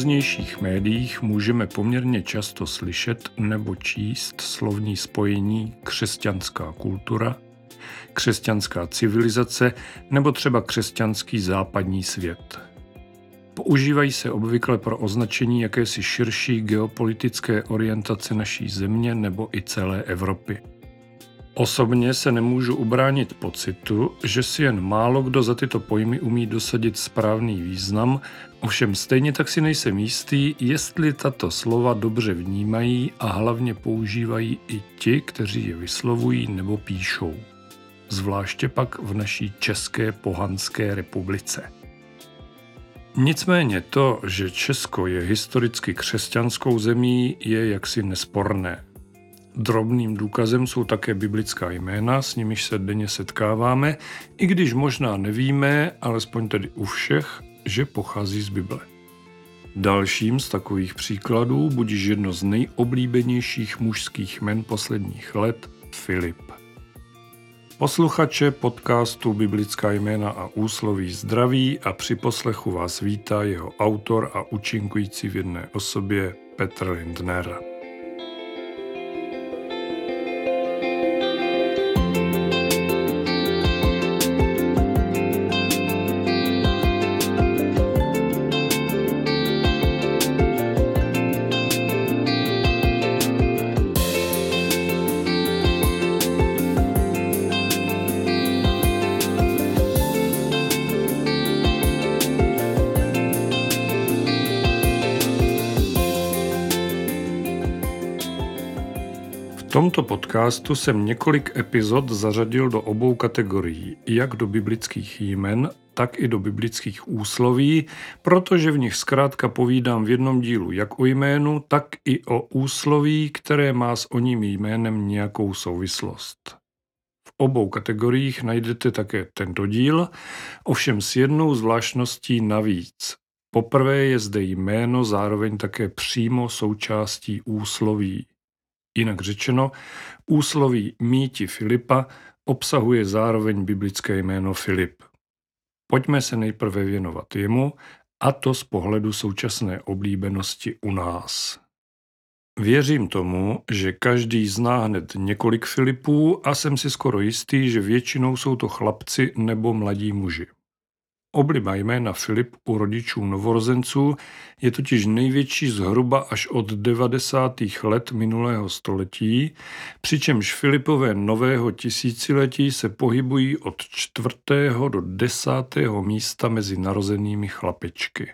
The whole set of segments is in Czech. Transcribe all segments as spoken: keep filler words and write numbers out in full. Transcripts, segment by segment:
nejrůznějších médiích můžeme poměrně často slyšet nebo číst slovní spojení křesťanská kultura, křesťanská civilizace nebo třeba křesťanský západní svět. Používají se obvykle pro označení jakési širší geopolitické orientace naší země nebo i celé Evropy. Osobně se nemůžu ubránit pocitu, že si jen málo kdo za tyto pojmy umí dosadit správný význam, ovšem stejně tak si nejsem jistý, jestli tato slova dobře vnímají a hlavně používají i ti, kteří je vyslovují nebo píšou. Zvláště pak v naší České pohanské republice. Nicméně to, že Česko je historicky křesťanskou zemí, je jaksi nesporné. Drobným důkazem jsou také biblická jména, s nimiž se denně setkáváme, i když možná nevíme, alespoň tedy u všech, že pochází z Bible. Dalším z takových příkladů budíš jedno z nejoblíbenějších mužských jmen posledních let, Filip. Posluchače podcastu Biblická jména a úsloví zdraví a při poslechu vás vítá jeho autor a účinkující v jedné osobě Petr Lindner. V tomto podcastu jsem několik epizod zařadil do obou kategorií, jak do biblických jmen, tak i do biblických úsloví, protože v nich zkrátka povídám v jednom dílu jak o jménu, tak i o úsloví, které má s oním jménem nějakou souvislost. V obou kategoriích najdete také tento díl, ovšem s jednou zvláštností navíc. Poprvé je zde jméno zároveň také přímo součástí úsloví. Jinak řečeno, úsloví míti Filipa obsahuje zároveň biblické jméno Filip. Pojďme se nejprve věnovat jemu, a to z pohledu současné oblíbenosti u nás. Věřím tomu, že každý zná hned několik Filipů a jsem si skoro jistý, že většinou jsou to chlapci nebo mladí muži. Obliba jména Filip u rodičů novorozenců je totiž největší zhruba až od devadesátých let minulého století, přičemž Filipové nového tisíciletí se pohybují od čtvrtého do desátého místa mezi narozenými chlapečky.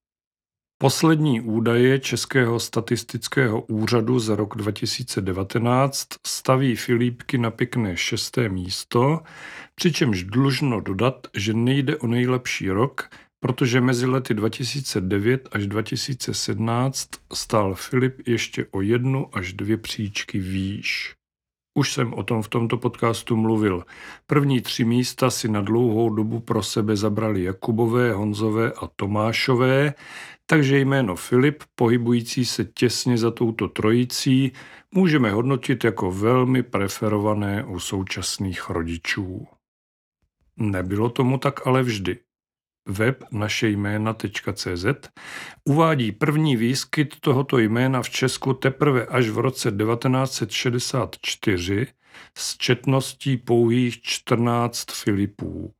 Poslední údaje Českého statistického úřadu za rok dva tisíce devatenáct staví Filipky na pěkné šesté místo, přičemž dlužno dodat, že nejde o nejlepší rok, protože mezi lety dva tisíce devět až dva tisíce sedmnáct stál Filip ještě o jednu až dvě příčky výš. Už jsem o tom v tomto podcastu mluvil. První tři místa si na dlouhou dobu pro sebe zabrali Jakubové, Honzové a Tomášové, takže jméno Filip, pohybující se těsně za touto trojicí, můžeme hodnotit jako velmi preferované u současných rodičů. Nebylo tomu tak ale vždy. Web našejména tečka cé zet uvádí první výskyt tohoto jména v Česku teprve až v roce devatenáct set šedesát čtyři s četností pouhých čtrnáct Filipů.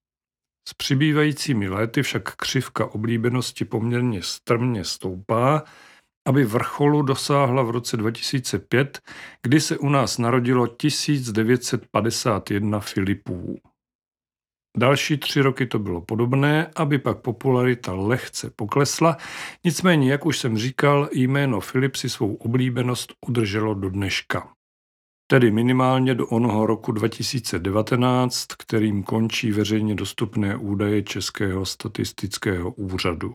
S přibývajícími léty však křivka oblíbenosti poměrně strmě stoupá, aby vrcholu dosáhla v roce dva tisíce pět, kdy se u nás narodilo tisíc devět set padesát jedna Filipů. Další tři roky to bylo podobné, aby pak popularita lehce poklesla, nicméně, jak už jsem říkal, jméno Filip si svou oblíbenost udrželo do dneška. Tedy minimálně do onoho roku dva tisíce devatenáct, kterým končí veřejně dostupné údaje Českého statistického úřadu.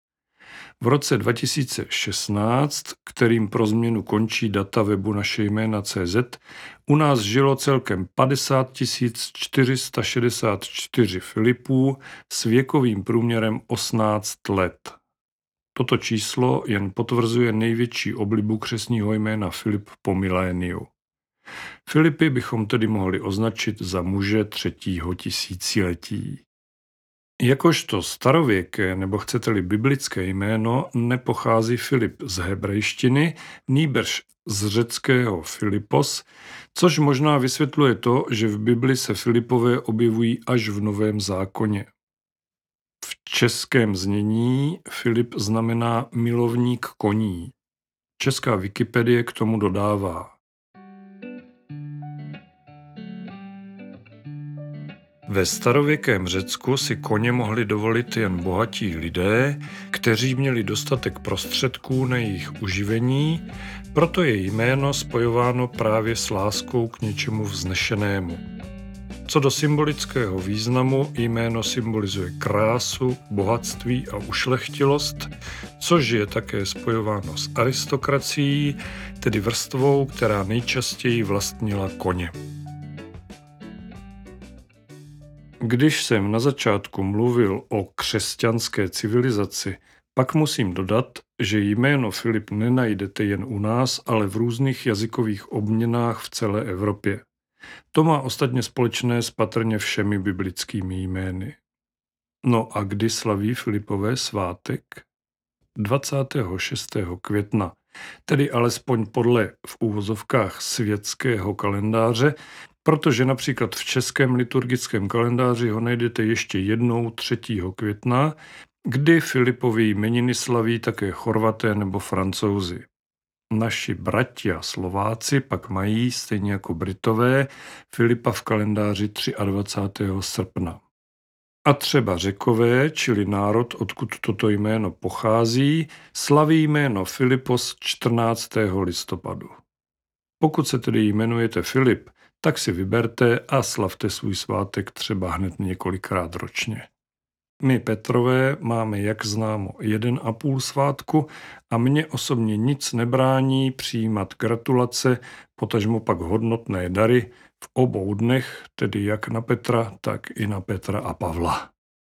V roce dva tisíce šestnáct, kterým pro změnu končí data webu našejména tečka cé zet, u nás žilo celkem padesát tisíc čtyři sta šedesát čtyři Filipů s věkovým průměrem osmnáct let. Toto číslo jen potvrzuje největší oblibu křestního jména Filip po miléniu. Filipy bychom tedy mohli označit za muže třetího tisíciletí. Jakožto starověké, nebo chcete-li biblické jméno, nepochází Filip z hebrejštiny, nýbrž z řeckého Filipos, což možná vysvětluje to, že v Bibli se Filipové objevují až v Novém zákoně. V českém znění Filip znamená milovník koní. Česká Wikipedie k tomu dodává: ve starověkém Řecku si koně mohli dovolit jen bohatí lidé, kteří měli dostatek prostředků na jejich uživení, proto je jméno spojováno právě s láskou k něčemu vznešenému. Co do symbolického významu, jméno symbolizuje krásu, bohatství a ušlechtilost, což je také spojováno s aristokracií, tedy vrstvou, která nejčastěji vlastnila koně. Když jsem na začátku mluvil o křesťanské civilizaci, pak musím dodat, že jméno Filip nenajdete jen u nás, ale v různých jazykových obměnách v celé Evropě. To má ostatně společné s patrně všemi biblickými jmény. No a kdy slaví Filipové svátek? dvacátého šestého května, tedy alespoň podle v uvozovkách světského kalendáře, protože například v českém liturgickém kalendáři ho najdete ještě jednou třetího května, kdy Filipovi jmeniny slaví také Chorvaté nebo Francouzi. Naši bratia Slováci pak mají, stejně jako Britové, Filipa v kalendáři dvacátého třetího srpna. A třeba Řekové, čili národ, odkud toto jméno pochází, slaví jméno Filipos čtrnáctého listopadu. Pokud se tedy jmenujete Filip, tak si vyberte a slavte svůj svátek třeba hned několikrát ročně. My Petrové máme, jak známo, jeden a půl svátku a mně osobně nic nebrání přijímat gratulace, potažmo pak hodnotné dary v obou dnech, tedy jak na Petra, tak i na Petra a Pavla.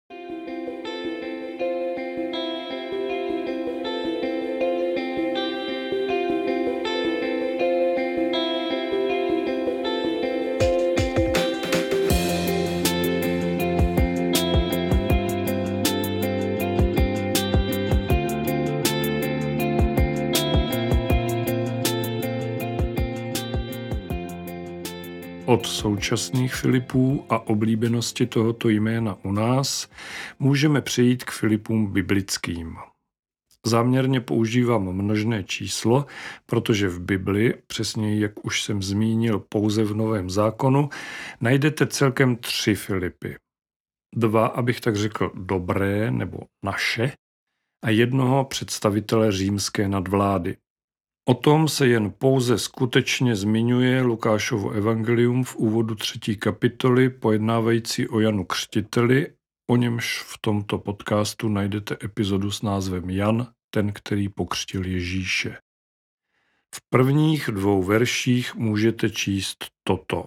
Od současných Filipů a oblíbenosti tohoto jména u nás můžeme přejít k Filipům biblickým. Záměrně používám množné číslo, protože v Bibli, přesněji jak už jsem zmínil pouze v Novém zákonu, najdete celkem tři Filipy. Dva, abych tak řekl, dobré nebo naše a jednoho představitele římské nadvlády. O tom se jen pouze skutečně zmiňuje Lukášovo evangelium v úvodu třetí kapitoly pojednávající o Janu Křtiteli, o němž v tomto podcastu najdete epizodu s názvem Jan, ten, který pokřtil Ježíše. V prvních dvou verších můžete číst toto.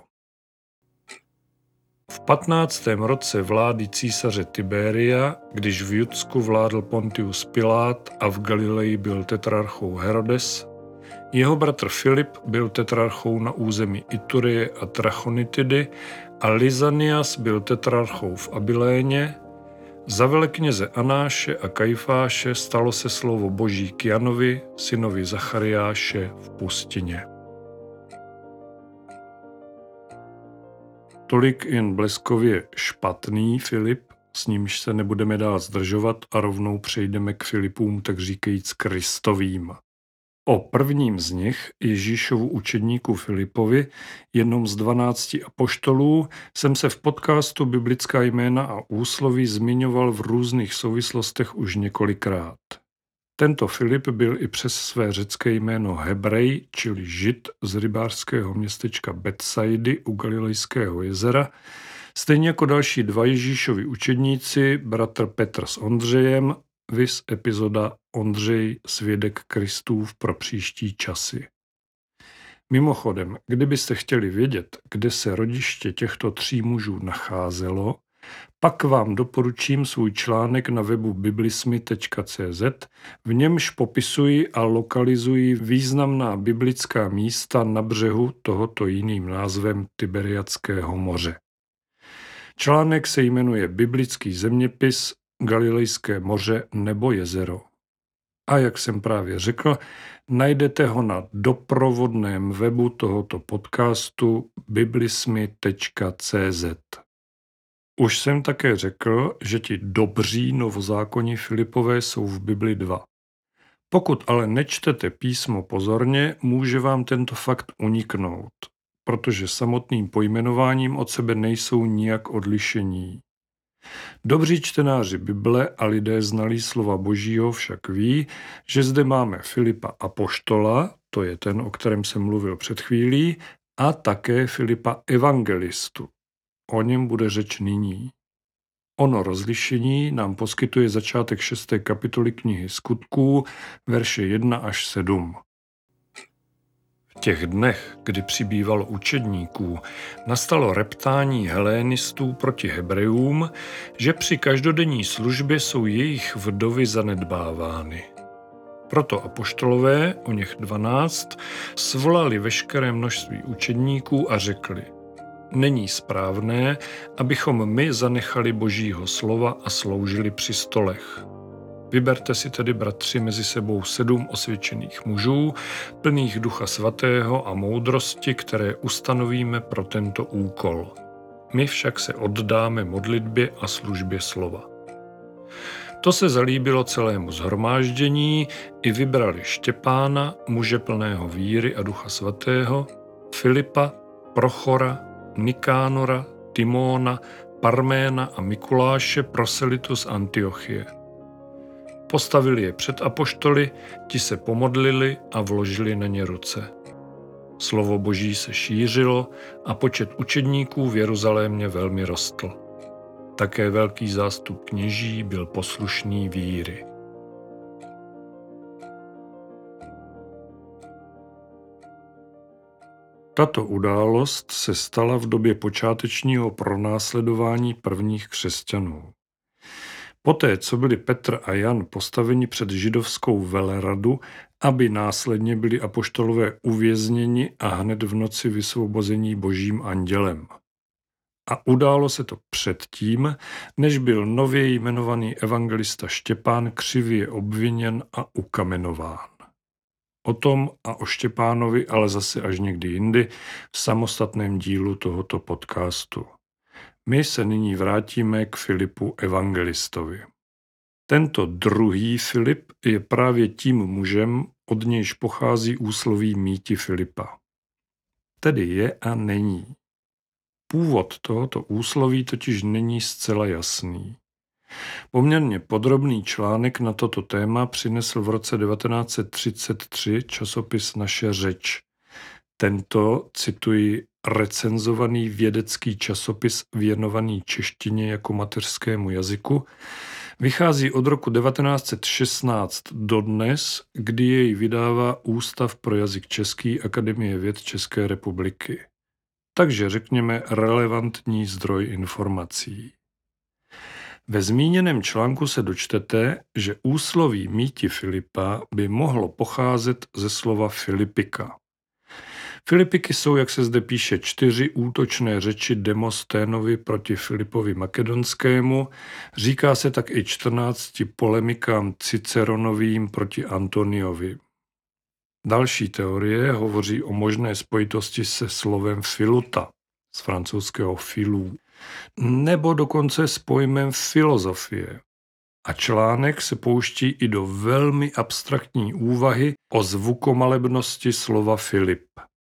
V patnáctém roce vlády císaře Tiberia, když v Judsku vládl Pontius Pilát a v Galileji byl tetrarchou Herodes, jeho bratr Filip byl tetrarchou na území Iturie a Trachonitidy a Lysanias byl tetrarchou v Abiléně. Za velekněze Anáše a Kajfáše stalo se slovo Boží k Janovi, synovi Zachariáše, v pustině. Tolik jen bleskově špatný Filip, s nímž se nebudeme dál zdržovat a rovnou přejdeme k Filipům, tak říkajíc Kristovým. O prvním z nich, Ježíšovu učedníku Filipovi, jednom z dvanácti apoštolů, jsem se v podcastu Biblická jména a úsloví zmiňoval v různých souvislostech už několikrát. Tento Filip byl i přes své řecké jméno Hebrej, čili Žid z rybářského městečka Betsaidy u Galilejského jezera, stejně jako další dva Ježíšovi učedníci, bratr Petr s Ondřejem, vis epizoda Ondřej, svědek Kristův pro příští časy. Mimochodem, kdybyste chtěli vědět, kde se rodiště těchto tří mužů nacházelo, pak vám doporučím svůj článek na webu biblismy tečka cé zet, v němž popisuji a lokalizuji významná biblická místa na břehu tohoto jiným názvem Tiberiadského moře. Článek se jmenuje Biblický zeměpis, Galilejské moře nebo jezero. A jak jsem právě řekl, najdete ho na doprovodném webu tohoto podcastu biblismy tečka cé zet. Už jsem také řekl, že ti dobří novozákonní Filipové jsou v Bibli dva. Pokud ale nečtete písmo pozorně, může vám tento fakt uniknout, protože samotným pojmenováním od sebe nejsou nijak odlišení. Dobří čtenáři Bible a lidé znalí slova Božího však ví, že zde máme Filipa apoštola, to je ten, o kterém jsem mluvil před chvílí, a také Filipa evangelistu. O něm bude řeč nyní. Ono rozlišení nám poskytuje začátek šesté kapitoly knihy Skutků, verše jedna až sedm. V těch dnech, kdy přibývalo učedníků, nastalo reptání helénistů proti Hebrejům, že při každodenní službě jsou jejich vdovy zanedbávány. Proto apoštolové, o něch dvanáct, svolali veškeré množství učedníků a řekli: Není správné, abychom my zanechali Božího slova a sloužili při stolech. Vyberte si tedy, bratři, mezi sebou sedm osvědčených mužů, plných Ducha Svatého a moudrosti, které ustanovíme pro tento úkol. My však se oddáme modlitbě a službě slova. To se zalíbilo celému shromáždění, i vybrali Štěpána, muže plného víry a Ducha Svatého, Filipa, Prochora, Nikánora, Timóna, Parména a Mikuláše, proselitu z Antiochie. Postavili je před apoštoly, ti se pomodlili a vložili na ně ruce. Slovo Boží se šířilo a počet učedníků v Jeruzalémě velmi rostl. Také velký zástup kněží byl poslušný víry. Tato událost se stala v době počátečního pronásledování prvních křesťanů. Poté, co byli Petr a Jan postaveni před židovskou veleradu, aby následně byli apoštolové uvězněni a hned v noci vysvobození Božím andělem. A událo se to předtím, než byl nově jmenovaný evangelista Štěpán křivě obviněn a ukamenován. O tom a o Štěpánovi ale zase až někdy jindy v samostatném dílu tohoto podcastu. My se nyní vrátíme k Filipu evangelistovi. Tento druhý Filip je právě tím mužem, od nějž pochází úsloví míti Filipa. Tedy je a není. Původ tohoto úsloví totiž není zcela jasný. Poměrně podrobný článek na toto téma přinesl v roce devatenáct set třicet tři časopis Naše řeč. Tento, cituji, recenzovaný vědecký časopis věnovaný češtině jako mateřskému jazyku, vychází od roku devatenáct set šestnáct dodnes, kdy jej vydává Ústav pro jazyk český Akademie věd České republiky. Takže řekněme relevantní zdroj informací. Ve zmíněném článku se dočtete, že úsloví míti Filipa by mohlo pocházet ze slova Filipika. Filipiky jsou, jak se zde píše, čtyři útočné řeči Demosténovi proti Filipovi Makedonskému, říká se tak i čtrnácti polemikám Ciceronovým proti Antoniovi. Další teorie hovoří o možné spojitosti se slovem filuta, z francouzského filů, nebo dokonce s pojmem filozofie. A článek se pouští i do velmi abstraktní úvahy o zvukomalebnosti slova Filip.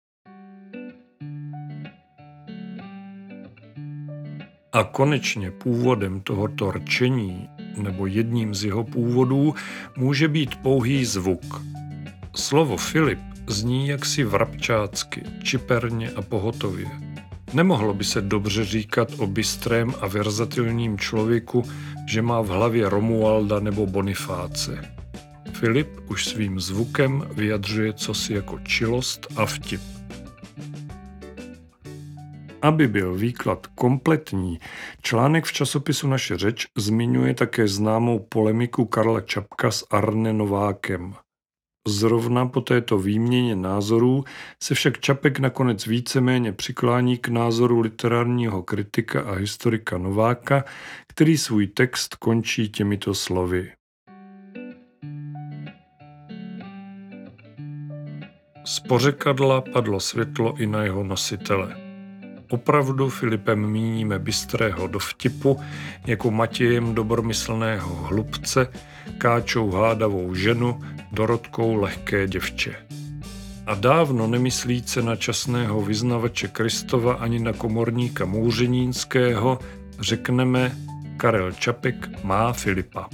A konečně původem tohoto rčení, nebo jedním z jeho původů, může být pouhý zvuk. Slovo Filip zní jaksi vrabčácky, čiperně a pohotově. Nemohlo by se dobře říkat o bystrém a verzatilním člověku, že má v hlavě Romualda nebo Bonifáce. Filip už svým zvukem vyjadřuje cosi jako čilost a vtip. Aby byl výklad kompletní, článek v časopisu Naše řeč zmiňuje také známou polemiku Karla Čapka s Arne Novákem. Zrovna po této výměně názorů se však Čapek nakonec víceméně přiklání k názoru literárního kritika a historika Nováka, který svůj text končí těmito slovy. Z pořekadla padlo světlo i na jeho nositele. Opravdu Filipem míníme bystrého do vtipu, jako Matějem dobromyslného hlubce, Káčou hádavou ženu, Dorotkou lehké děvče. A dávno nemyslíce na časného vyznavače Kristova ani na komorníka Mouřenínského, řekneme, Karel Čapek má Filipa.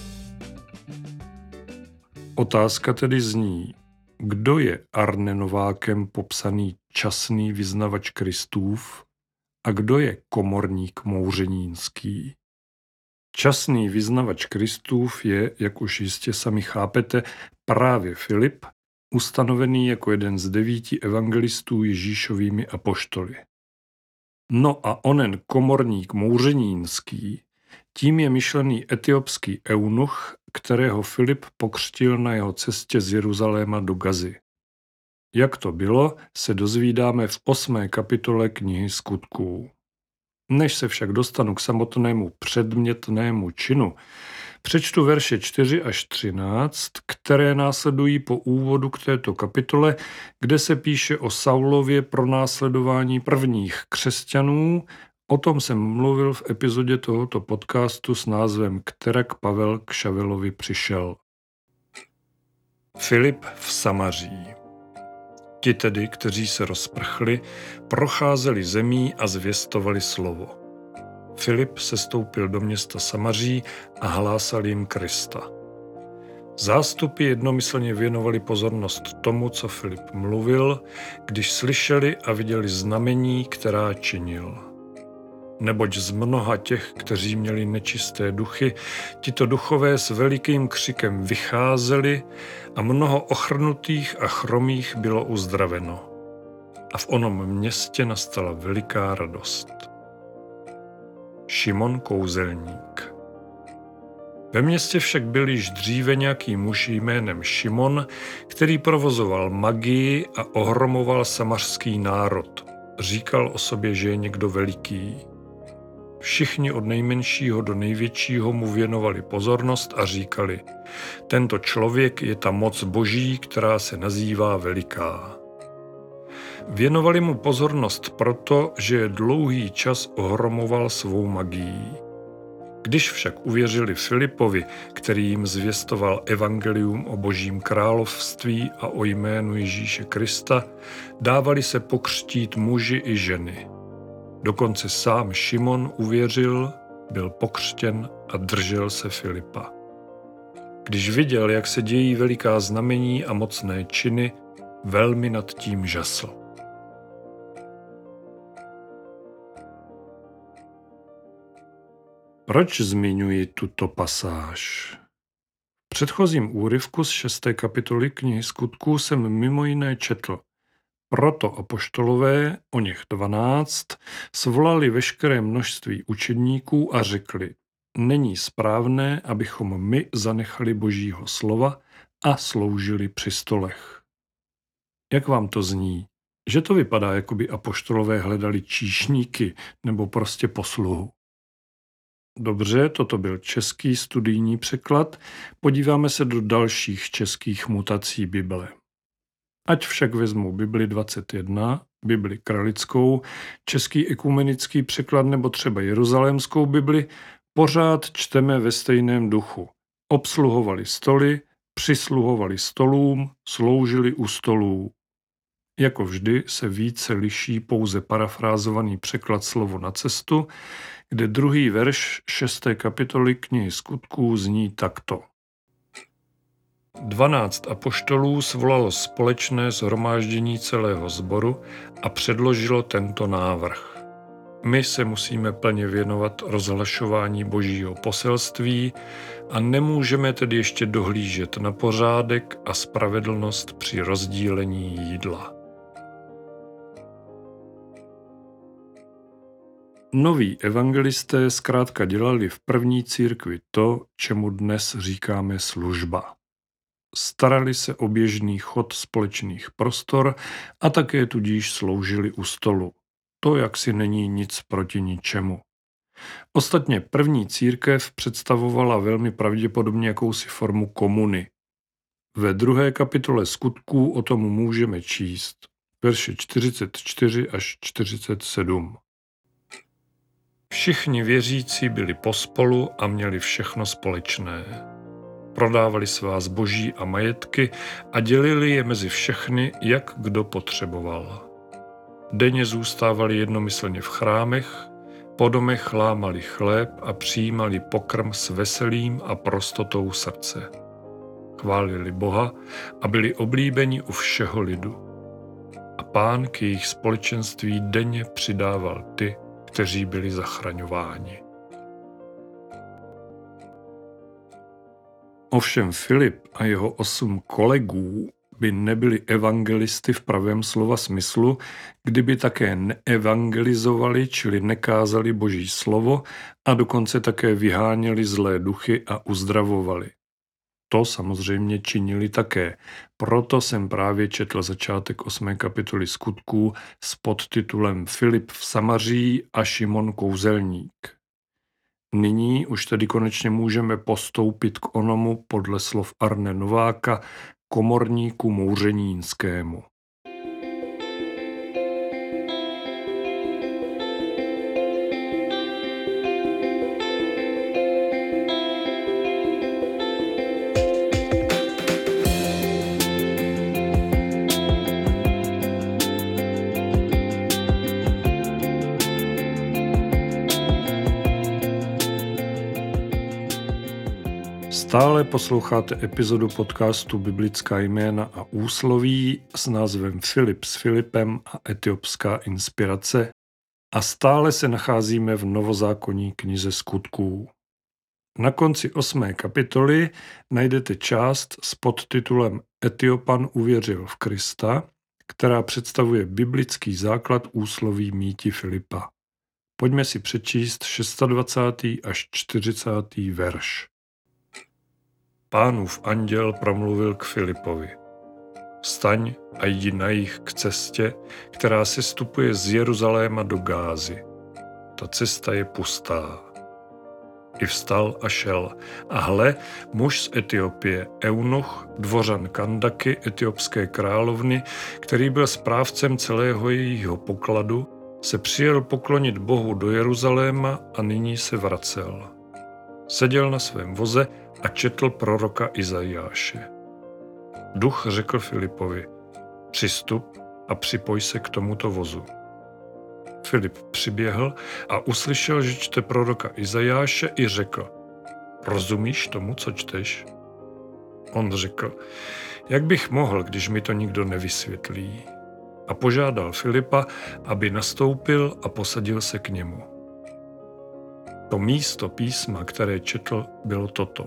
Otázka tedy zní, kdo je Arne Novákem popsaný časný vyznavač Kristův a kdo je komorník Mouřenínský? Časný vyznavač Kristův je, jak už jistě sami chápete, právě Filip, ustanovený jako jeden z devíti evangelistů Ježíšovými apoštoly. No a onen komorník Mouřenínský, tím je myšlený etiopský eunuch, kterého Filip pokřtil na jeho cestě z Jeruzaléma do Gazy. Jak to bylo, se dozvídáme v osmé kapitole knihy Skutků. Než se však dostanu k samotnému předmětnému činu, přečtu verše čtyři až třináct, které následují po úvodu k této kapitole, kde se píše o Saulově pronásledování prvních křesťanů. O tom jsem mluvil v epizodě tohoto podcastu s názvem Kterak Pavel k Šavelovi přišel. Filip v Samaří. Ti tedy, kteří se rozprchli, procházeli zemí a zvěstovali slovo. Filip sestoupil do města Samaří a hlásal jim Krista. Zástupy jednomyslně věnovali pozornost tomu, co Filip mluvil, když slyšeli a viděli znamení, která činil. Neboť z mnoha těch, kteří měli nečisté duchy, tito duchové s velikým křikem vycházeli a mnoho ochrnutých a chromých bylo uzdraveno. A v onom městě nastala veliká radost. Šimon kouzelník. Ve městě však byl již dříve nějaký muž jménem Šimon, který provozoval magii a ohromoval samařský národ. Říkal o sobě, že je někdo veliký. Všichni od nejmenšího do největšího mu věnovali pozornost a říkali, tento člověk je ta moc boží, která se nazývá veliká. Věnovali mu pozornost proto, že je dlouhý čas ohromoval svou magií. Když však uvěřili Filipovi, který jim zvěstoval evangelium o božím království a o jménu Ježíše Krista, dávali se pokřtít muži i ženy. Dokonce sám Šimon uvěřil, byl pokřtěn a držel se Filipa. Když viděl, jak se dějí veliká znamení a mocné činy, velmi nad tím žasl. Proč zmiňuji tuto pasáž? V předchozím úryvku z šesté kapitoly knihy Skutků jsem mimo jiné četl. Proto apoštolové, o něch dvanáct, svolali veškeré množství učedníků a řekli, není správné, abychom my zanechali Božího slova a sloužili při stolech. Jak vám to zní? Že to vypadá, jako by apoštolové hledali číšníky nebo prostě posluhu. Dobře, toto byl český studijní překlad, podíváme se do dalších českých mutací Bible. Ať však vezmu Bibli dvacet jedna, Bibli kralickou, český ekumenický překlad nebo třeba jeruzalémskou Bibli, pořád čteme ve stejném duchu. Obsluhovali stoly, přisluhovali stolům, sloužili u stolů. Jako vždy se více liší pouze parafrázovaný překlad Slovo na cestu, kde druhý verš šesté kapitoly knihy Skutků zní takto. Dvanáct apoštolů svolalo společné shromáždění celého sboru a předložilo tento návrh. My se musíme plně věnovat rozhlašování Božího poselství a nemůžeme tedy ještě dohlížet na pořádek a spravedlnost při rozdílení jídla. Noví evangelisté zkrátka dělali v první církvi to, čemu dnes říkáme služba. starali se o běžný chod společných prostor a také tudíž sloužili u stolu. To jaksi není nic proti ničemu. Ostatně první církev představovala velmi pravděpodobně jakousi formu komuny. Ve druhé kapitole Skutků o tom můžeme číst, verše čtyřicet čtyři až čtyřicet sedm. Všichni věřící byli pospolu a měli všechno společné. Prodávali svá zboží a majetky a dělili je mezi všechny, jak kdo potřeboval. Denně zůstávali jednomyslně v chrámech, po domech lámali chléb a přijímali pokrm s veselím a prostotou srdce. Chválili Boha a byli oblíbeni u všeho lidu. A Pán k jejich společenství denně přidával ty, kteří byli zachraňováni. Ovšem Filip a jeho osm kolegů by nebyli evangelisty v pravém slova smyslu, kdyby také neevangelizovali, čili nekázali Boží slovo a dokonce také vyháněli zlé duchy a uzdravovali. To samozřejmě činili také, proto jsem právě četl začátek osmé kapitoly Skutků s podtitulem Filip v Samaří a Šimon kouzelník. Nyní už tedy konečně můžeme postoupit k onomu podle slov Arne Nováka komorníku mouřenínskému. Stále posloucháte epizodu podcastu Biblická jména a úsloví s názvem Filip s Filipem a etiopská inspirace a stále se nacházíme v novozákonní knize Skutků. Na konci osmé kapitoly najdete část s podtitulem Etiopan uvěřil v Krista, která představuje biblický základ úsloví míti Filipa. Pojďme si přečíst dvacátý šestý až čtyřicátý verš. Pánův anděl promluvil k Filipovi. Vstaň a jdi na jih k cestě, která se stupuje z Jeruzaléma do Gázy. Ta cesta je pustá. I vstal a šel. A hle, muž z Etiopie, eunuch, dvořan Kandaky, etiopské královny, který byl správcem celého jejího pokladu, se přijel poklonit Bohu do Jeruzaléma a nyní se vracel. Seděl na svém voze a četl proroka Izajáše. Duch řekl Filipovi, přistup a připoj se k tomuto vozu. Filip přiběhl a uslyšel, že čte proroka Izajáše i řekl, rozumíš tomu, co čteš? On řekl, jak bych mohl, když mi to nikdo nevysvětlí? A požádal Filipa, aby nastoupil a posadil se k němu. To místo písma, které četl, bylo toto.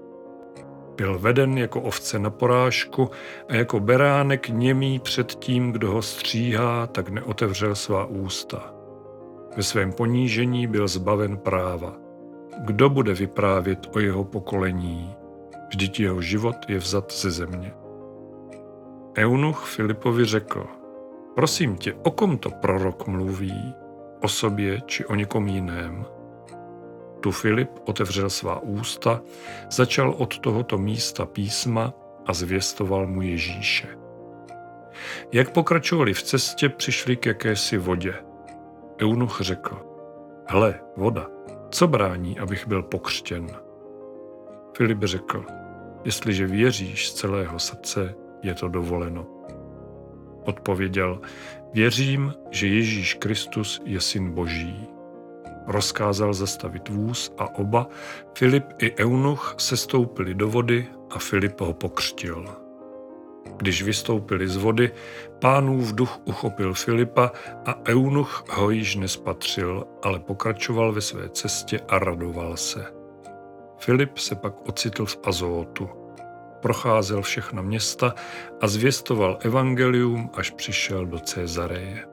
Byl veden jako ovce na porážku a jako beránek němý před tím, kdo ho stříhá, tak neotevřel svá ústa. Ve svém ponížení byl zbaven práva. Kdo bude vyprávět o jeho pokolení? Vždyť jeho život je vzat ze země. Eunuch Filipovi řekl, prosím tě, o kom to prorok mluví? O sobě či o někom jiném? Tu Filip otevřel svá ústa, začal od tohoto místa písma a zvěstoval mu Ježíše. Jak pokračovali v cestě, přišli k jakési vodě. Eunuch řekl, hle, voda, co brání, abych byl pokřtěn? Filip řekl, jestliže věříš z celého srdce, je to dovoleno. Odpověděl, věřím, že Ježíš Kristus je syn Boží. Rozkázal zastavit vůz a oba, Filip i eunuch, sestoupili do vody a Filip ho pokřtil. Když vystoupili z vody, Pánův duch uchopil Filipa a eunuch ho již nespatřil, ale pokračoval ve své cestě a radoval se. Filip se pak ocitl v Azótu. Procházel všechna města a zvěstoval evangelium, až přišel do Cezareje.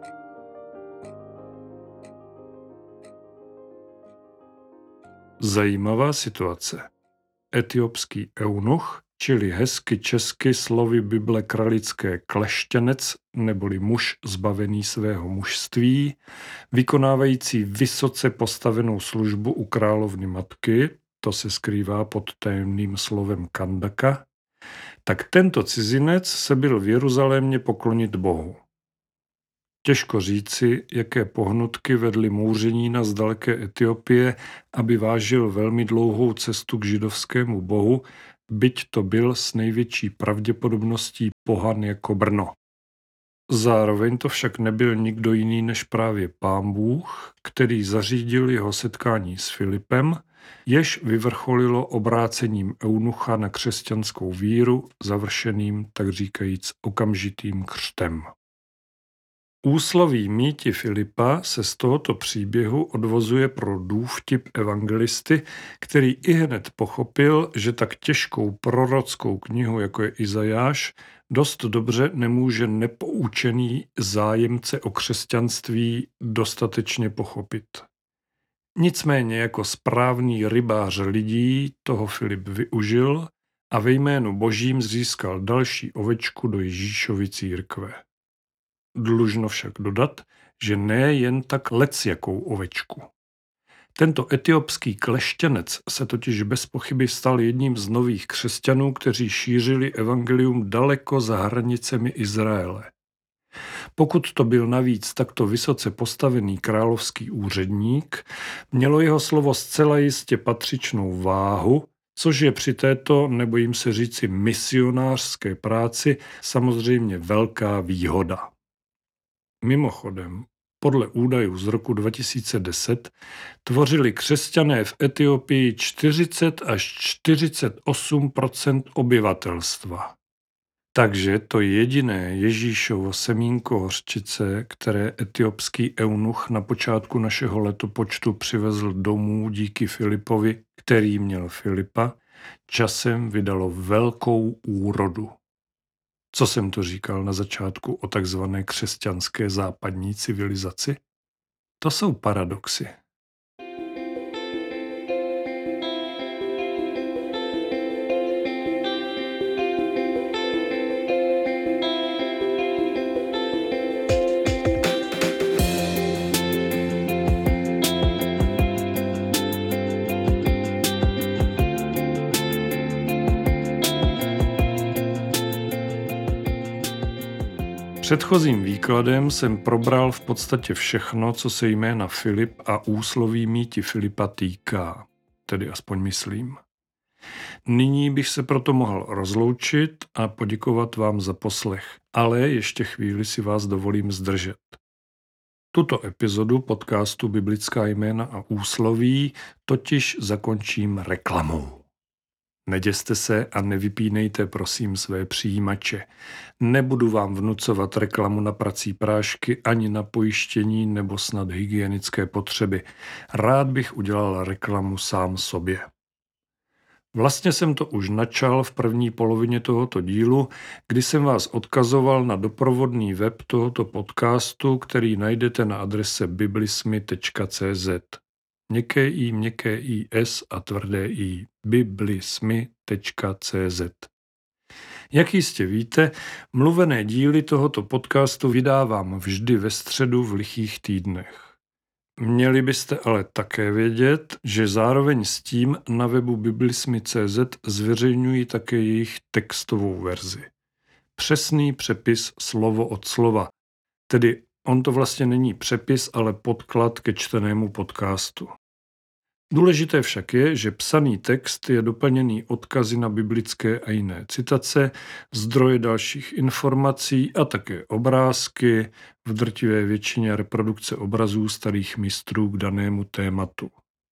Zajímavá situace. Etiopský eunuch, čili hezky česky slovy Bible kralické kleštěnec neboli muž zbavený svého mužství, vykonávající vysoce postavenou službu u královny matky, to se skrývá pod tajemným slovem kandaka, tak tento cizinec se byl v Jeruzalémě poklonit Bohu. Těžko říci, jaké pohnutky vedly Mouřenína z daleké Etiopie, aby vážil velmi dlouhou cestu k židovskému bohu, byť to byl s největší pravděpodobností pohan jako Brno. Zároveň to však nebyl nikdo jiný než právě Pán Bůh, který zařídil jeho setkání s Filipem, jež vyvrcholilo obrácením eunucha na křesťanskou víru, završeným, tak říkajíc, okamžitým křtem. Úsloví míti Filipa se z tohoto příběhu odvozuje pro důvtip evangelisty, který ihned pochopil, že tak těžkou prorockou knihu, jako je Izajáš, dost dobře nemůže nepoučený zájemce o křesťanství dostatečně pochopit. Nicméně jako správný rybář lidí toho Filip využil a ve jménu Božím získal další ovečku do Ježíšovy církve. Dlužno však dodat, že ne jen tak lecjakou ovečku. Tento etiopský kleštěnec se totiž bez pochyby stal jedním z nových křesťanů, kteří šířili evangelium daleko za hranicemi Izraele. Pokud to byl navíc takto vysoce postavený královský úředník, mělo jeho slovo zcela jistě patřičnou váhu, což je při této, nebojím se říci, misionářské práci samozřejmě velká výhoda. Mimochodem, podle údajů z roku dva tisíce deset tvořili křesťané v Etiopii čtyřicet až čtyřicet osm procent obyvatelstva. Takže to jediné Ježíšovo semínko hořčice, které etiopský eunuch na počátku našeho letopočtu přivezl domů díky Filipovi, který měl Filipa, časem vydalo velkou úrodu. Co jsem to říkal na začátku o takzvané křesťanské západní civilizaci? To jsou paradoxy. Předchozím výkladem jsem probral v podstatě všechno, co se jména Filip a úsloví míti Filipa týká, tedy aspoň myslím. Nyní bych se proto mohl rozloučit a poděkovat vám za poslech, ale ještě chvíli si vás dovolím zdržet. Tuto epizodu podcastu Biblická jména a úsloví totiž zakončím reklamou. Neděste se a nevypínejte prosím své přijímače. Nebudu vám vnucovat reklamu na prací prášky ani na pojištění nebo snad hygienické potřeby. Rád bych udělal reklamu sám sobě. Vlastně jsem to už načal v první polovině tohoto dílu, kdy jsem vás odkazoval na doprovodný web tohoto podcastu, který najdete na adrese biblismy tečka cé zet. Měkké i, měkké i, s a tvrdé i, biblismy tečka cé zet. Jak jistě víte, mluvené díly tohoto podcastu vydávám vždy ve středu v lichých týdnech. Měli byste ale také vědět, že zároveň s tím na webu biblismy tečka cé zet zveřejňují také jejich textovou verzi. Přesný přepis slovo od slova, tedy on to vlastně není přepis, ale podklad ke čtenému podcastu. Důležité však je, že psaný text je doplněný odkazy na biblické a jiné citace, zdroje dalších informací a také obrázky, v drtivé většině reprodukce obrazů starých mistrů k danému tématu.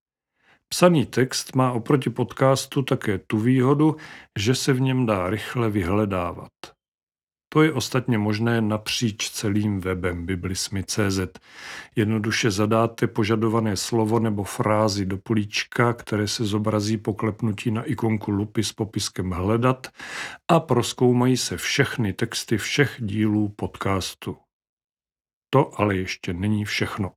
Psaný text má oproti podcastu také tu výhodu, že se v něm dá rychle vyhledávat. To je ostatně možné napříč celým webem biblismy tečka cé zet. Jednoduše zadáte požadované slovo nebo frázi do políčka, které se zobrazí po klepnutí na ikonku lupy s popiskem hledat a prozkoumají se všechny texty všech dílů podcastu. To ale ještě není všechno.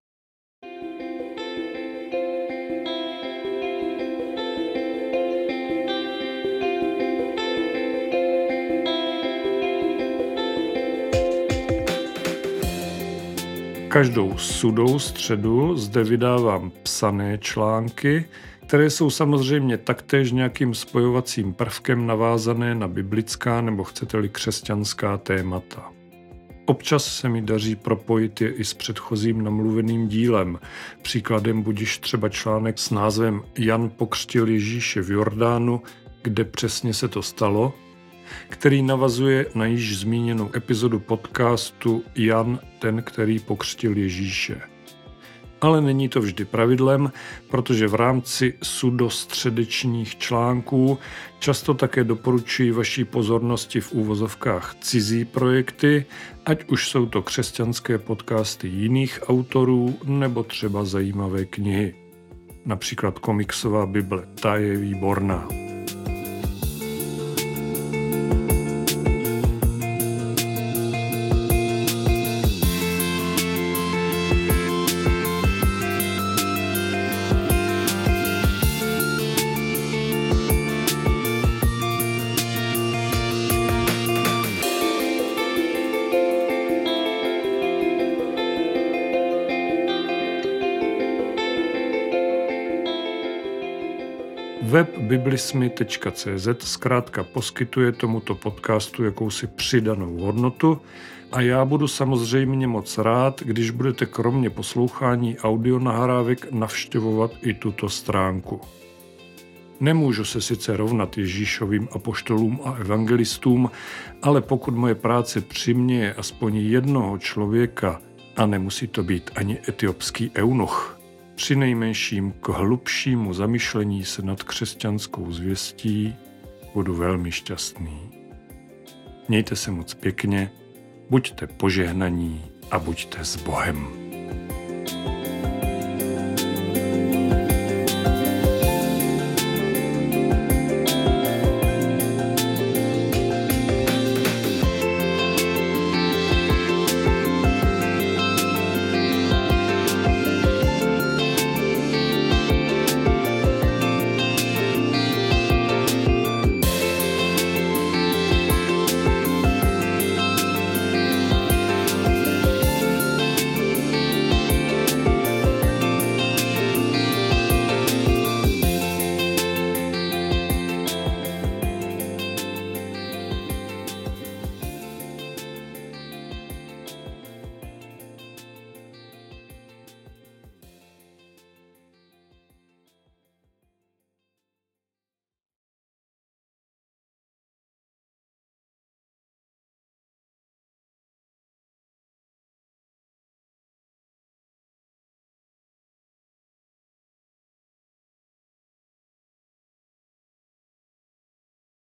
Každou sudou středu zde vydávám psané články, které jsou samozřejmě taktéž nějakým spojovacím prvkem navázané na biblická nebo chcete-li křesťanská témata. Občas se mi daří propojit je i s předchozím namluveným dílem. Příkladem budiž třeba článek s názvem Jan pokřtil Ježíše v Jordánu, kde přesně se to stalo, který navazuje na již zmíněnou epizodu podcastu Jan, ten, který pokřtil Ježíše. Ale není to vždy pravidlem, protože v rámci sudostředečních článků často také doporučuji vaší pozornosti v úvozovkách cizí projekty, ať už jsou to křesťanské podcasty jiných autorů nebo třeba zajímavé knihy. Například komiksová Bible, ta je výborná. Web biblismy tečka cé zet zkrátka poskytuje tomuto podcastu jakousi přidanou hodnotu a já budu samozřejmě moc rád, když budete kromě poslouchání audionahrávek navštěvovat i tuto stránku. Nemůžu se sice rovnat Ježíšovým apoštolům a evangelistům, ale pokud moje práce přiměje aspoň jednoho člověka, a nemusí to být ani etiopský eunuch, přinejmenším k hlubšímu zamyšlení se nad křesťanskou zvěstí, budu velmi šťastný. Mějte se moc pěkně, buďte požehnaní a buďte s Bohem.